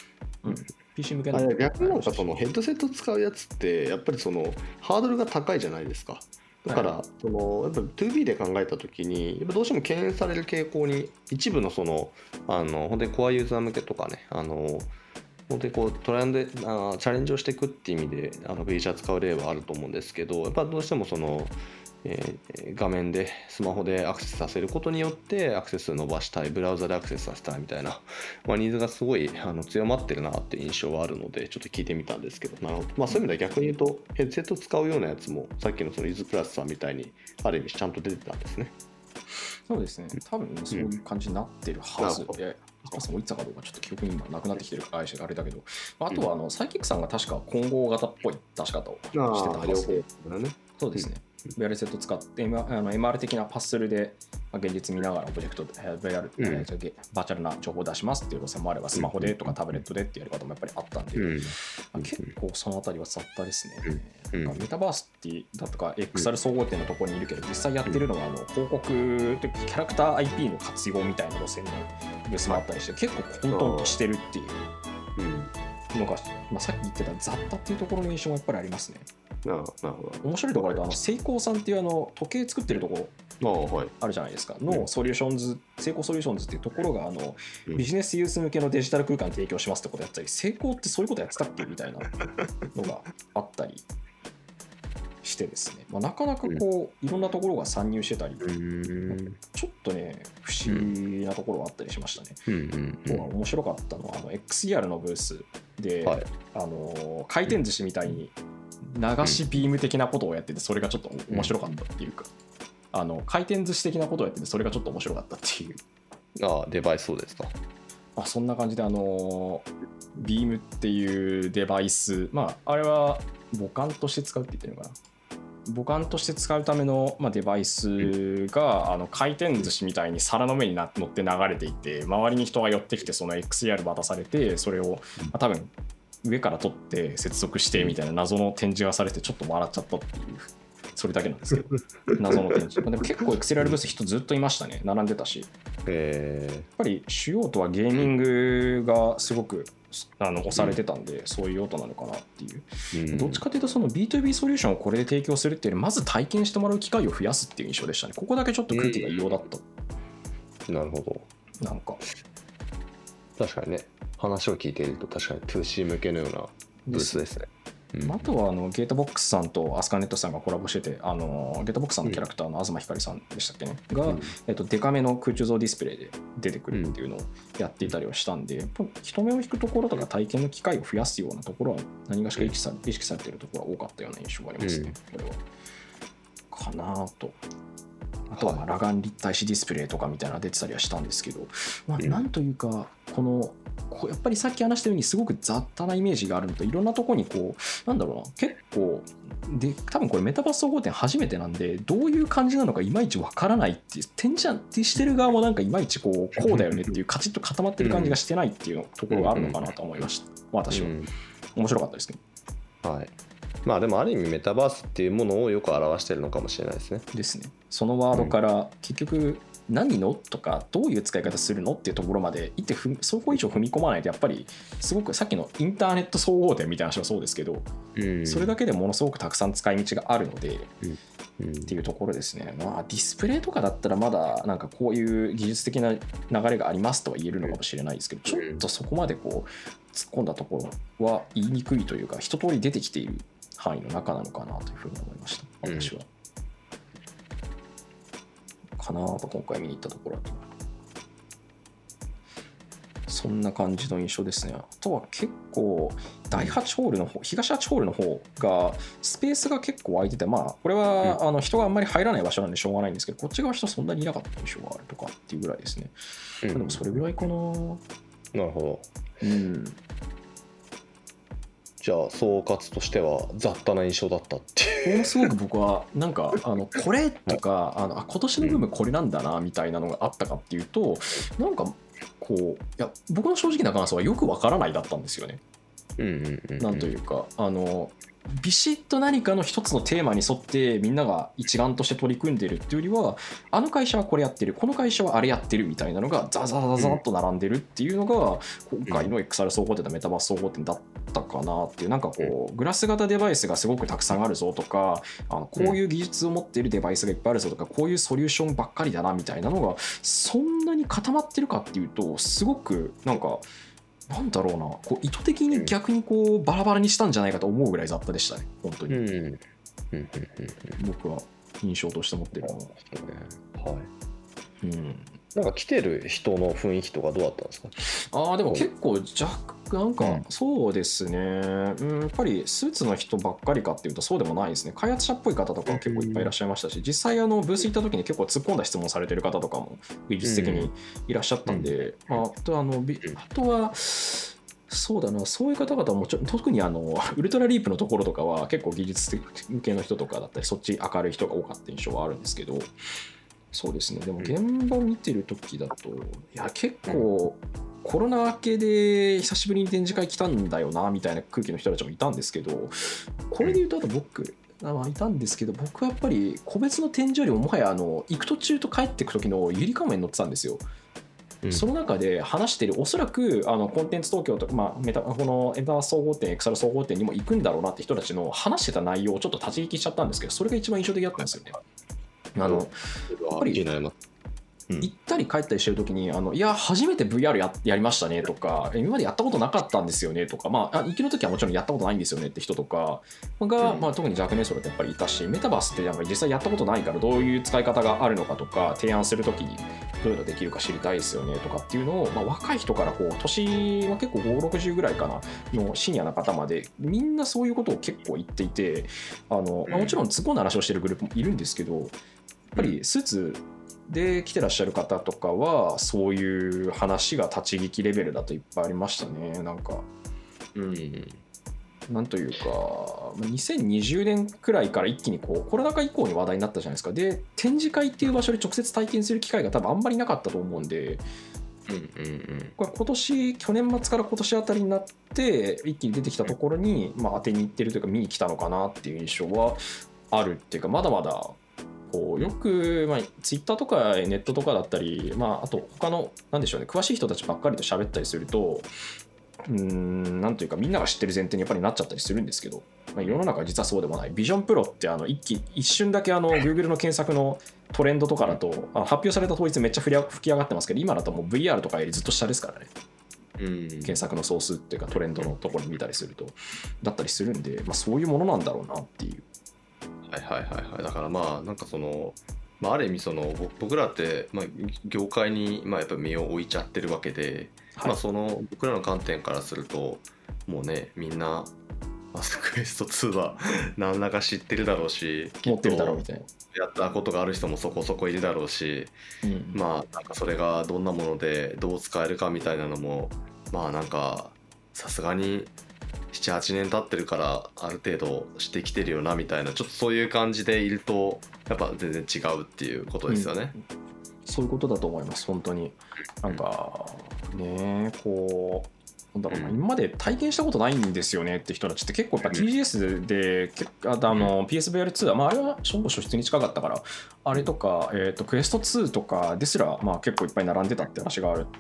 。PC 向けの逆になんかそのヘッドセット使うやつってやっぱりそのハードルが高いじゃないですか。だからそのやっぱ 2B で考えた時にやっぱどうしても懸念される傾向に一部のその本当にコアユーザー向けとかね本当にこうトライアンドチャレンジをしていくっていう意味でフィーチャー使う例はあると思うんですけどやっぱどうしてもその画面でスマホでアクセスさせることによってアクセス伸ばしたいブラウザでアクセスさせたいみたいな、ニーズがすごい強まってるなっていう印象はあるのでちょっと聞いてみたんですけど、なるほど、そういう意味では逆に言うとヘッドセット使うようなやつもさっきのそのユーズプラスさんみたいにある意味ちゃんと出てたんですね。 そうですね、多分そういう感じになってるはずで、そう言ってたかどうかちょっと記憶に今なくなってきてるからあれだけど、あとはサイキックさんが確か混合型っぽい出し方をしてたはずで、そうですね、VR セット使ってMR 的なパッスルで現実見ながらオブジェクトで VR、バーチャルな情報を出しますっていう路線もあればスマホでとかタブレットでっていうやり方もやっぱりあったんで、結構そのあたりは雑多ですね。メタバースだとか XR 総合点のところにいるけど実際やってるのは広告というキャラクター IP の活用みたいな路線のブースもあったりして結構混沌としてるっていうのが、さっき言ってた雑多っていうところの印象もやっぱりありますね。 なるほど。 面白いところだとセイコーさんっていう時計作ってるところあるじゃないですかのソリューションズ、セイコーソリューションズっていうところがビジネスユース向けのデジタル空間提供しますってことやったり、セイコーってそういうことやってたっけみたいなのがあったりしてですね、なかなかこういろんなところが参入してたり、ちょっとね不思議なところがあったりしましたね。面白かったのはXER のブースで、回転寿司みたいに流しビーム的なことをやっててそれがちょっと面白かったっていうか、回転寿司的なことをやっててそれがちょっと面白かったっていう。 デバイスそうですか。 そんな感じでビームっていうデバイス、あれは母艦として使うって言ってるのかな。母艦として使うための、デバイスが回転寿司みたいに皿の上に乗って流れていて周りに人が寄ってきてその XER 渡されてそれを、多分上から取って接続してみたいな謎の展示がされてちょっと笑っちゃったっていうそれだけなんですけど謎の展示でも結構 XLR ブース人ずっといましたね。並んでたし、やっぱり主要とはゲーミングがすごく押されてたんで、そういう用途なのかなっていう、どっちかというとその B2B ソリューションをこれで提供するっていうよりまず体験してもらう機会を増やすっていう印象でしたね。ここだけちょっと空気が異様だった、 なるほど。 なんか確かにね、話を聞いていると確かに 2C 向けのようなブースですね。 あとはゲートボックスさんとアスカネットさんがコラボしててゲートボックスさんのキャラクターの東ひかりさんでしたっけね、が、デカめの空中像ディスプレイで出てくるっていうのをやっていたりはしたんで、人目を引くところとか体験の機会を増やすようなところは何がしか意識されているところは多かったような印象がありますね、これは。 かなと。あとは裸眼立体視ディスプレイとかみたいなのが出てたりはしたんですけど、なんというかやっぱりさっき話したようにすごく雑多なイメージがあるのと、いろんなとこになんだろうな、結構で多分これメタバース総合展初めてなんで、どういう感じなのかいまいちわからないっていう、展示してる側もなんかいまいちこうだよねっていうカチッと固まってる感じがしてないっていうところがあるのかなと思いました、私は。面白かったですけど。はい。まあでもある意味メタバースっていうものをよく表してるのかもしれないですね。 ですね。そのワードから結局何のとかどういう使い方するのっていうところまでいってそこ以上踏み込まないと、やっぱりすごくさっきのインターネット総合店みたいな話もそうですけど、それだけでものすごくたくさん使い道があるので、っていうところですね。まあディスプレイとかだったらまだなんかこういう技術的な流れがありますとは言えるのかもしれないですけど、ちょっとそこまで突っ込んだところは言いにくいというか、一通り出てきている範囲の中なのかなというふうに思いました、私は。かなと今回見に行ったところだと。そんな感じの印象ですね。あとは結構第8ホールの方、東8ホールの方がスペースが結構空いてて、まあこれは人があんまり入らない場所なんでしょうがないんですけど、こっち側人そんなにいなかった印象があるとかっていうぐらいですね。でもそれぐらいかな。 なるほど。じゃあ総括としては雑多な印象だったっていう。 ものすごく僕はなんかこれとか今年のブームこれなんだなみたいなのがあったかっていうと、なんかいや僕の正直な感想はよくわからないだったんですよね。なんというかビシッと何かの一つのテーマに沿ってみんなが一丸として取り組んでるっていうよりは、あの会社はこれやってる、この会社はあれやってるみたいなのがザザザザッと並んでるっていうのが今回の XR 総合店とメタバース総合店だったかなっていう。なんかグラス型デバイスがすごくたくさんあるぞとか、こういう技術を持っているデバイスがいっぱいあるぞとか、こういうソリューションばっかりだなみたいなのがそんなに固まってるかっていうと、すごくなんだろうな、意図的に逆にバラバラにしたんじゃないかと思うぐらい雑多でしたね、本当に。僕は印象として持ってるのは。 なんか来てる人の雰囲気とかどうだったんですか？ でも結構なんかそうですね、やっぱりスーツの人ばっかりかっていうとそうでもないですね。開発者っぽい方とか結構いっぱいいらっしゃいましたし、実際ブース行った時に結構突っ込んだ質問されてる方とかも技術的にいらっしゃったんで、あとはそうだな、そういう方々も特にウルトラリープのところとかは結構技術向けの人とかだったり、そっち明るい人が多かった印象はあるんですけど、そうですね。でも現場見てる時だと、いや結構コロナ明けで久しぶりに展示会来たんだよなみたいな空気の人たちもいたんですけど、これで言うとあと僕いたんですけど、僕はやっぱり個別の展示よりももはや行く途中と帰っていく時のゆりかもめに乗ってたんですよ。その中で話してる、おそらくコンテンツ東京とか、このメタバース総合店、XR 総合店にも行くんだろうなって人たちの話してた内容をちょっと立ち聞きしちゃったんですけど、それが一番印象的だったんですよね。やっぱり行ったり帰ったりしてるときにいや初めて VR やりましたねとか、今までやったことなかったんですよねとか、行きの時はもちろんやったことないんですよねって人とかが、特に若年層だとやっぱりいたし、メタバースってなんか実際やったことないからどういう使い方があるのかとか、提案するときにどういうのできるか知りたいですよねとかっていうのを、若い人から年は結構5、60ぐらいかなのシニアな方までみんなそういうことを結構言っていて、もちろん突っ込んだ話をしてるグループもいるんですけど、やっぱりスーツで来てらっしゃる方とかはそういう話が立ち聞きレベルだといっぱいありましたね。なんかなんというか2020年くらいから一気にコロナ禍以降に話題になったじゃないですか。で展示会っていう場所で直接体験する機会が多分あんまりなかったと思うんで、これ去年末から今年あたりになって一気に出てきたところに、当てに行ってるというか見に来たのかなっていう印象はあるっていうか、まだまだよく、ツイッターとかネットとかだったり、あと他のなんでしょうね、詳しい人たちばっかりと喋ったりすると、なんというかみんなが知ってる前提にやっぱりなっちゃったりするんですけど、世の中は実はそうでもない。ビジョンプロって一瞬だけGoogle の検索のトレンドとかだと発表された当日めっちゃ吹き上がってますけど、今だともう VR とかよりずっと下ですからね。検索の総数っていうかトレンドのところに見たりするとだったりするんで、そういうものなんだろうなっていう。 だからなんかある意味僕らって、業界にやっぱ身を置いちゃってるわけで、僕らの観点からするともうね、みんなクエスト2は何らか知ってるだろうし、 持ってるだろうみたいな。 やったことがある人もそこそこいるだろうし、まあなんかそれがどんなものでどう使えるかみたいなのも、まあなんかさすがに7、8年経ってるからある程度してきてるよなみたいな、ちょっとそういう感じでいるとやっぱ全然違うっていうことですよね。 そういうことだと思います本当に。なんかね、こうなんだろうな、今まで体験したことないんですよねって人たちって結構やっぱ TGS で、PSVR2 は、まあ、あれは初出に近かったから、あれとか、クエスト2とかですら、まあ、結構いっぱい並んでたって話があって、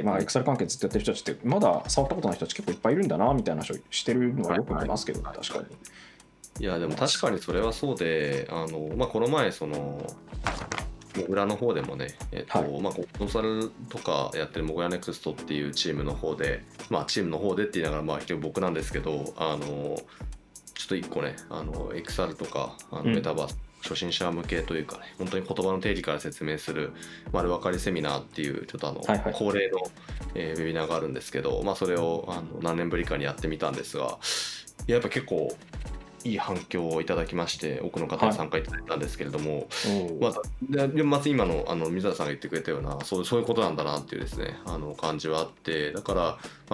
まあ、XR 関係ずっとやってる人たちってまだ触ったことない人たち結構いっぱいいるんだなみたいな話をしてるのはよく見ますけど、確かに。 いやでも確かにそれはそうで、まあ、この前モグラの方でもね、まあ、コンサルとかやってるモグラネクストっていうチームの方で、まあチームの方でって言いながら、まあ結局僕なんですけど、ちょっと一個ね、XR とかメタバース、初心者向けというかね、本当に言葉の定義から説明する丸分かりセミナーっていうちょっと恒例の、ウェビナーがあるんですけど、まあそれを何年ぶりかにやってみたんですが、やっぱ結構いい反響をいただきまして、多くの方に参加いただいたんですけれども、まず今の水田さんが言ってくれたようなそういうことなんだなっていうですね感じはあって、だから、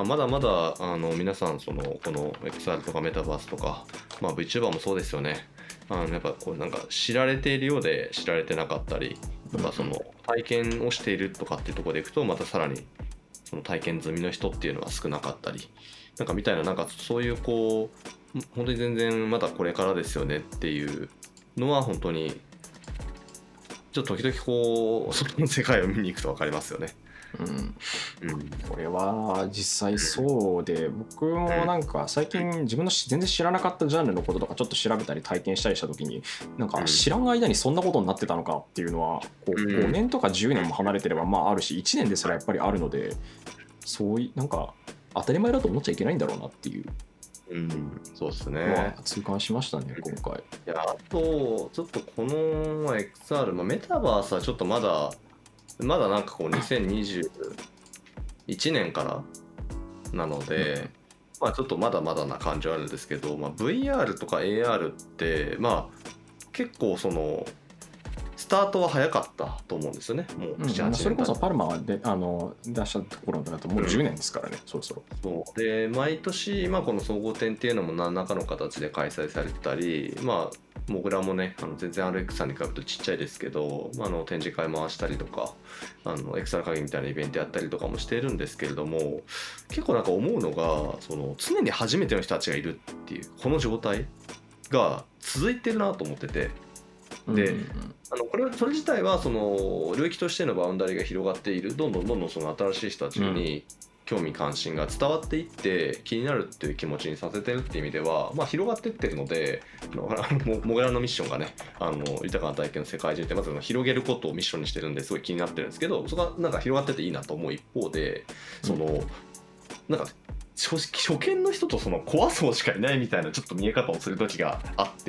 まだまだ皆さんこの XR とかメタバースとか、まあ、VTuber もそうですよね。やっぱこうなんか知られているようで知られてなかったり、やっぱ体験をしているとかっていうところでいくと、またさらにその体験済みの人っていうのは少なかったり、なんかみたいな、なんかそういうこう本当に全然まだこれからですよねっていうのは、本当にちょっと時々こう外の世界を見に行くと分かりますよね。 これは実際そうで、僕もなんか最近自分の全然知らなかったジャンルのこととかちょっと調べたり体験したりした時に、なんか知らん間にそんなことになってたのかっていうのは、こう5年とか10年も離れてればまああるし、1年ですらやっぱりあるので、そういうなんか当たり前だと思っちゃいけないんだろうなっていう。 そうですね。 痛感しましたね今回。 いや、あとちょっとこの XR、メタバースはちょっとまだなんかこう2021年からなので、まあちょっとまだまだな感じはあるんですけど、VR とか AR ってまあ結構スタートは早かったと思うんですよね。もう7、8年。 それこそパルマで出したところだともう10年ですからね、そろそろ。 そうで、毎年、この総合展っていうのも何らかの形で開催されてたり、モグラもね、全然 RX さんに比べるとちっちゃいですけど、展示会回したりとか、XR 会議みたいなイベントやったりとかもしているんですけれども、結構なんか思うのが、常に初めての人たちがいるっていう、この状態が続いてるなと思ってて、で、それ自体は領域としてのバウンダリが広がっている、どんどん新しい人たちに興味関心が伝わっていって気になるっていう気持ちにさせてるっていう意味では、広がっていってるので、モグラのミッションがね、豊かな体験の世界中ってまず広げることをミッションにしてるんですごい気になってるんですけど、そこがなんか広がってていいなと思う一方で、なんか初見の人と怖そうしかいないみたいなちょっと見え方をする時があって。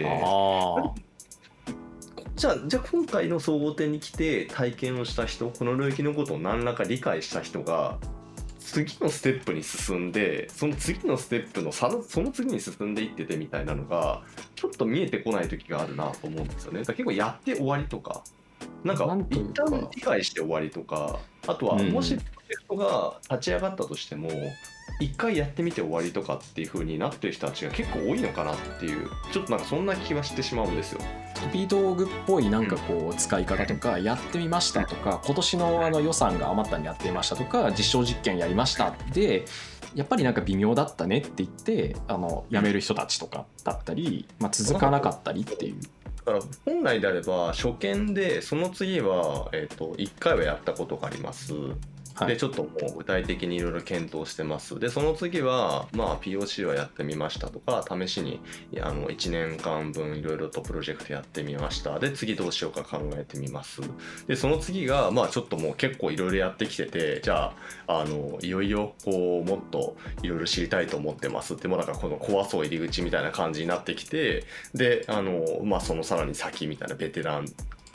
じゃあ今回の総合展に来て体験をした人、この領域のことを何らか理解した人が次のステップに進んで、その次のステップのその次に進んでいっててみたいなのがちょっと見えてこない時があるなと思うんですよね。だから結構やって終わりとか、なんか一旦理解して終わりとか、あとはもしプロジェクトが立ち上がったとしても一回やってみて終わりとかっていう風になってる人たちが結構多いのかなっていう、ちょっとなんかそんな気はしてしまうんですよ。 飛び道具っぽいなんかこう使い方とか、やってみましたとか、今年の予算が余ったんでやってみましたとか、実証実験やりましたでやっぱりなんか微妙だったねって言ってやめる人たちとかだったり、続かなかったりっていう。 だから本来であれば初見でその次は、1回はやったことがあります。でちょっともう具体的にいろいろ検討してます。でその次はPOC はやってみましたとか、試しに1年間分いろいろとプロジェクトやってみました。で次どうしようか考えてみます。でその次がちょっともう結構いろいろやってきてて、じゃあいよいよこうもっといろいろ知りたいと思ってますって、もうなんかこの怖そう入り口みたいな感じになってきて、でそのさらに先みたいなベテラン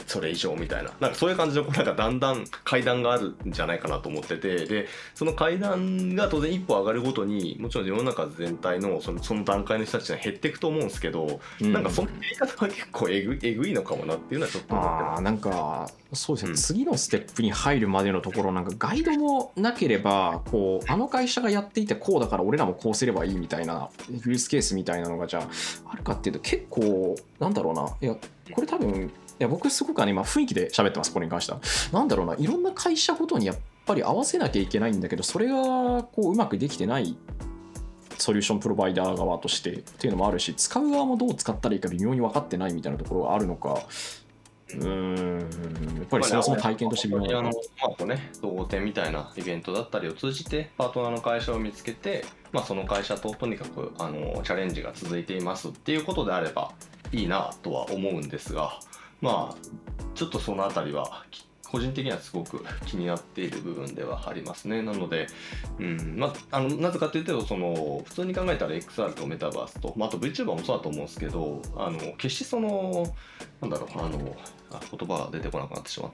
それ以上みたいな、なんかそういう感じのなんかだんだん階段があるんじゃないかなと思ってて、でその階段が当然一歩上がるごとにもちろん世の中全体のその段階の人たちが減っていくと思うんですけど、なんかその言い方は結構えぐいのかもなっていうのはちょっと思ってます。 なんかそうですね、次のステップに入るまでのところ、なんかガイドもなければこうあの会社がやっていてこうだから俺らもこうすればいいみたいなユースケースみたいなのがじゃああるかっていうと、結構なんだろうな、いやこれ多分僕すごく今雰囲気で喋ってます、これに関しては。なんだろうな、いろんな会社ごとにやっぱり合わせなきゃいけないんだけど、それがこううまくできてないソリューションプロバイダー側としてっていうのもあるし、使う側もどう使ったらいいか微妙に分かってないみたいなところがあるのか、やっぱりそもそも体験として微妙なのか。 総合展みたいなイベントだったりを通じてパートナーの会社を見つけて、その会社ととにかくチャレンジが続いていますっていうことであればいいなとは思うんですが、ちょっとそのあたりは個人的にはすごく気になっている部分ではありますね。なので、なぜかというと、普通に考えたら XR とメタバースと、あと VTuber もそうだと思うんですけど、決してなんだろう、言葉が出てこなくなってしまった。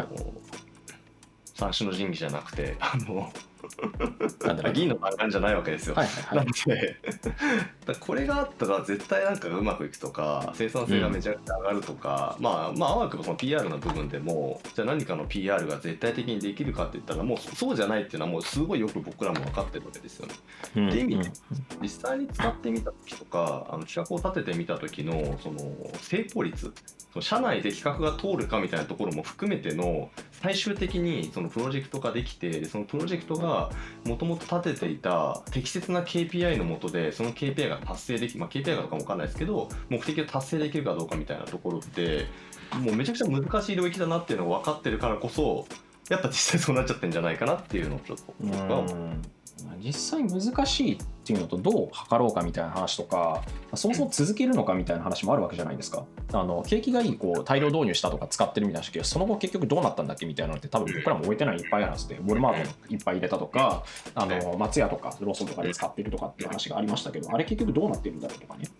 三種の神器じゃなくて、銀の段階じゃないわけですよ。なのでこれがあったら絶対なんかうまくいくとか、生産性がめちゃくちゃ上がるとか、あわよくばその PR の部分でも、じゃあ何かの PR が絶対的にできるかって言ったら、もうそうじゃないっていうのはもうすごいよく僕らも分かってるわけですよね。っていう意味で実際に使ってみた時とか、企画を立ててみた時のその成功率、社内で企画が通るかみたいなところも含めての、最終的にそのプロジェクトができて、そのプロジェクトがもともと立てていた適切な KPI の下でその KPI が達成できる、KPI かどうかも分かんないですけど、目的を達成できるかどうかみたいなところってもうめちゃくちゃ難しい領域だなっていうのが分かってるからこそ、やっぱ実際そうなっちゃってんじゃないかなっていうのをちょっと僕は思う。 実際難しいっていうのとどう測ろうかみたいな話とか、そもそも続けるのかみたいな話もあるわけじゃないですか。景気がいい大量導入したとか使ってるみたいな話けど、その後結局どうなったんだっけみたいなのって多分僕らも覚えてないのいっぱいあるはずで、ウォルマートいっぱい入れたとか、松屋とかローソンとかで使ってるとかっていう話がありましたけど、あれ結局どうなってるんだろうとかね。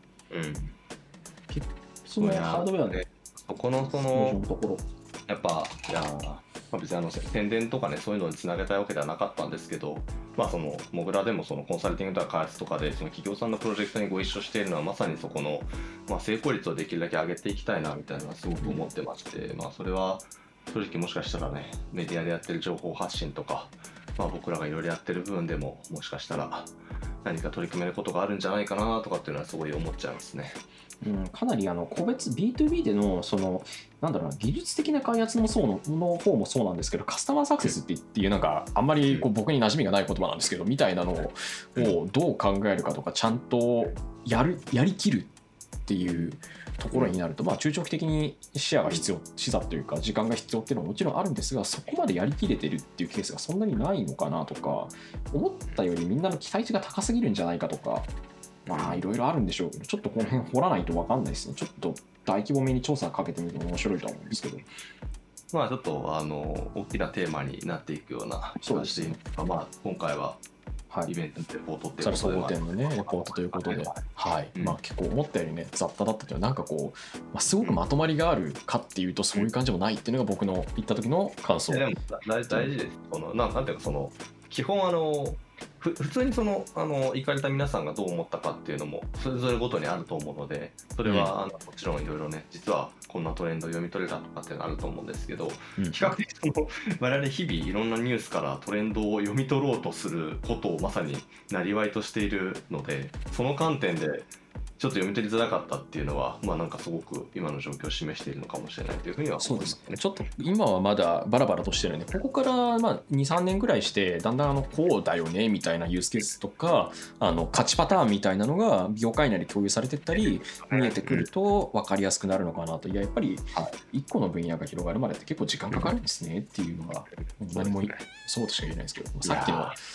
そのハードウェアでそこのところやっぱ別に宣伝とかね、そういうのにつなげたいわけではなかったんですけど、モグラでもそのコンサルティングとか開発とかでその企業さんのプロジェクトにご一緒しているのは、まさにそこの、成功率をできるだけ上げていきたいなみたいなのはすごく思ってまして、それは正直もしかしたらね、メディアでやってる情報発信とか、僕らがいろいろやってる部分でももしかしたら何か取り組めることがあるんじゃないかなとかっていうのはすごい思っちゃいますね。 かなり個別 B2B でのなんだろうな、技術的な開発の方もそうなんですけど、カスタマーサクセスっていうなんかあんまり僕に馴染みがない言葉なんですけど、みたいなのをどう考えるかとか、ちゃんとやりきるっていうところになると、中長期的に視野が必要、視座というか時間が必要っていうのはもちろんあるんですが、そこまでやりきれてるっていうケースがそんなにないのかなとか、思ったよりみんなの期待値が高すぎるんじゃないかとか、いろいろあるんでしょうけど、ちょっとこの辺掘らないと分かんないですね。ちょっと大規模めに調査かけてみると面白いと思うんですけど。 ちょっと大きなテーマになっていくような気がしていますが、今回はイベントのレポートっていうことで、 総合展のね、レポートということで、結構思ったよりね、雑多だったというのは、なんかすごくまとまりがあるかっていうと、そういう感じもないっていうのが僕の行った時の感想。 でも大事です。なんていうか、基本普通に行かれた皆さんがどう思ったかっていうのもそれぞれごとにあると思うので、それはもちろんいろいろね、実はこんなトレンドを読み取れたとかっていうのあると思うんですけど、比較的我々日々いろんなニュースからトレンドを読み取ろうとすることをまさになりわいとしているので、その観点でちょっと読み取りづらかったっていうのは、なんかすごく今の状況を示しているのかもしれないというふうには思いますね。 そうですね。ちょっと今はまだバラバラとしてるんで、ここから2、3年ぐらいしてだんだんこうだよねみたいなユースケースとか勝ちパターンみたいなのが業界内で共有されていったり見えてくると分かりやすくなるのかなと。やっぱり1個の分野が広がるまでって結構時間かかるんですねっていうのが何もそうとしか言えないですけど、さっきの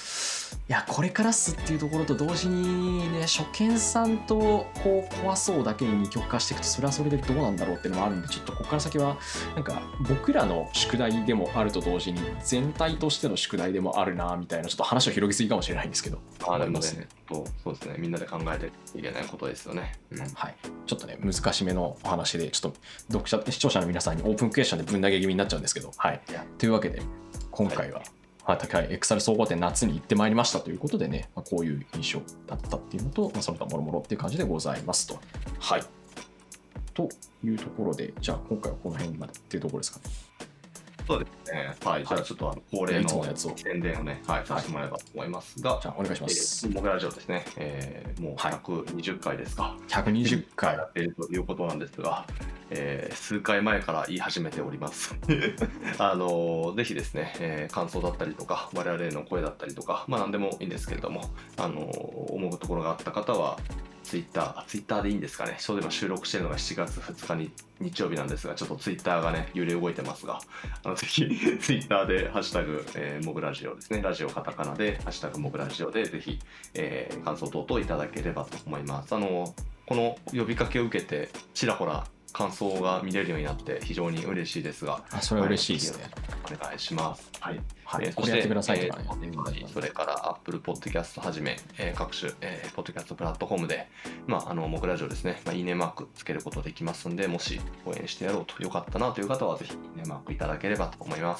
やこれからっすっていうところと同時にね、初見さんとこう怖そうだけに二極化していくとそれはそれでどうなんだろうっていうのもあるんで、ちょっとここから先はなんか僕らの宿題でもあると同時に全体としての宿題でもあるなみたいな、ちょっと話を広げすぎかもしれないんですけど、 でもね、そうですね、みんなで考えていけないことですよね。 はい、ちょっとね難しめのお話で、ちょっと視聴者の皆さんにオープンクエスチョンでぶん投げ気味になっちゃうんですけど、はい、というわけで今回は、高いエクサル総合展夏に行ってまいりましたということでね、こういう印象だったっていうのと、その他もろもろっていう感じでございますと。はい。というところで、じゃあ今回はこの辺までっていうところですかね。 そうですね。はい。じゃあちょっと恒例の宣伝をね、させてもらえばと思いますが、 じゃあお願いします。 モグラジオですね。もう120回ですか。 120回やっているということなんですが、数回前から言い始めております。ぜひですね、感想だったりとか、我々への声だったりとか、何でもいいんですけれども、思うところがあった方は、ツイッターでいいんですかね。ちょうど今収録しているのが7月2日に日曜日なんですが、ちょっとツイッターがね、揺れ動いてますが、ぜひツイッターでハッシュタグ、モグラジオですね。ラジオカタカナで、ハッシュタグモグラジオで、ぜひ、感想等々いただければと思います。この呼びかけを受けて、ちらほら感想が見れるようになって非常に嬉しいですが、 それは嬉しいですね。 お願いします。はい。 これやってくださいとかね。 それから Apple Podcast はじめ、各種、ポッドキャストプラットフォームで、モグラジオですね、いいねマークつけることできますんで、もし応援してやろうとよかったなという方は、ぜひいいねマークいただければと思います。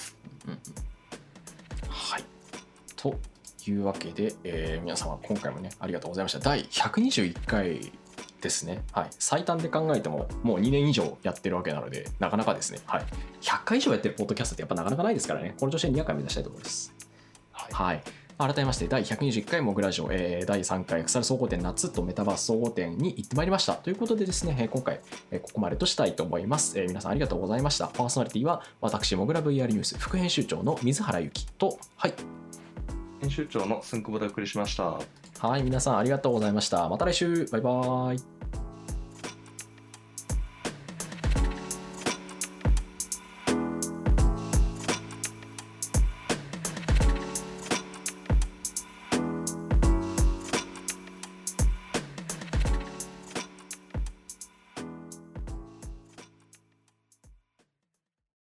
はい。というわけで、皆様今回もね、ありがとうございました。第121回ですね。はい。最短で考えてももう2年以上やってるわけなので、なかなかですね。はい。100回以上やってるポッドキャストってやっぱなかなかないですからね。この調子で200回目指したいところです。はい。改めまして第121回モグラジオ、第3回エクサル総合展夏とメタバース総合展に行ってまいりましたということでですね、今回ここまでとしたいと思います。皆さんありがとうございました。パーソナリティは私モグラ VR ニュース副編集長の水原由紀と、はい、 編集長のスンクボでお送りしました。 はい、皆さんありがとうございました。また来週。バイバーイ。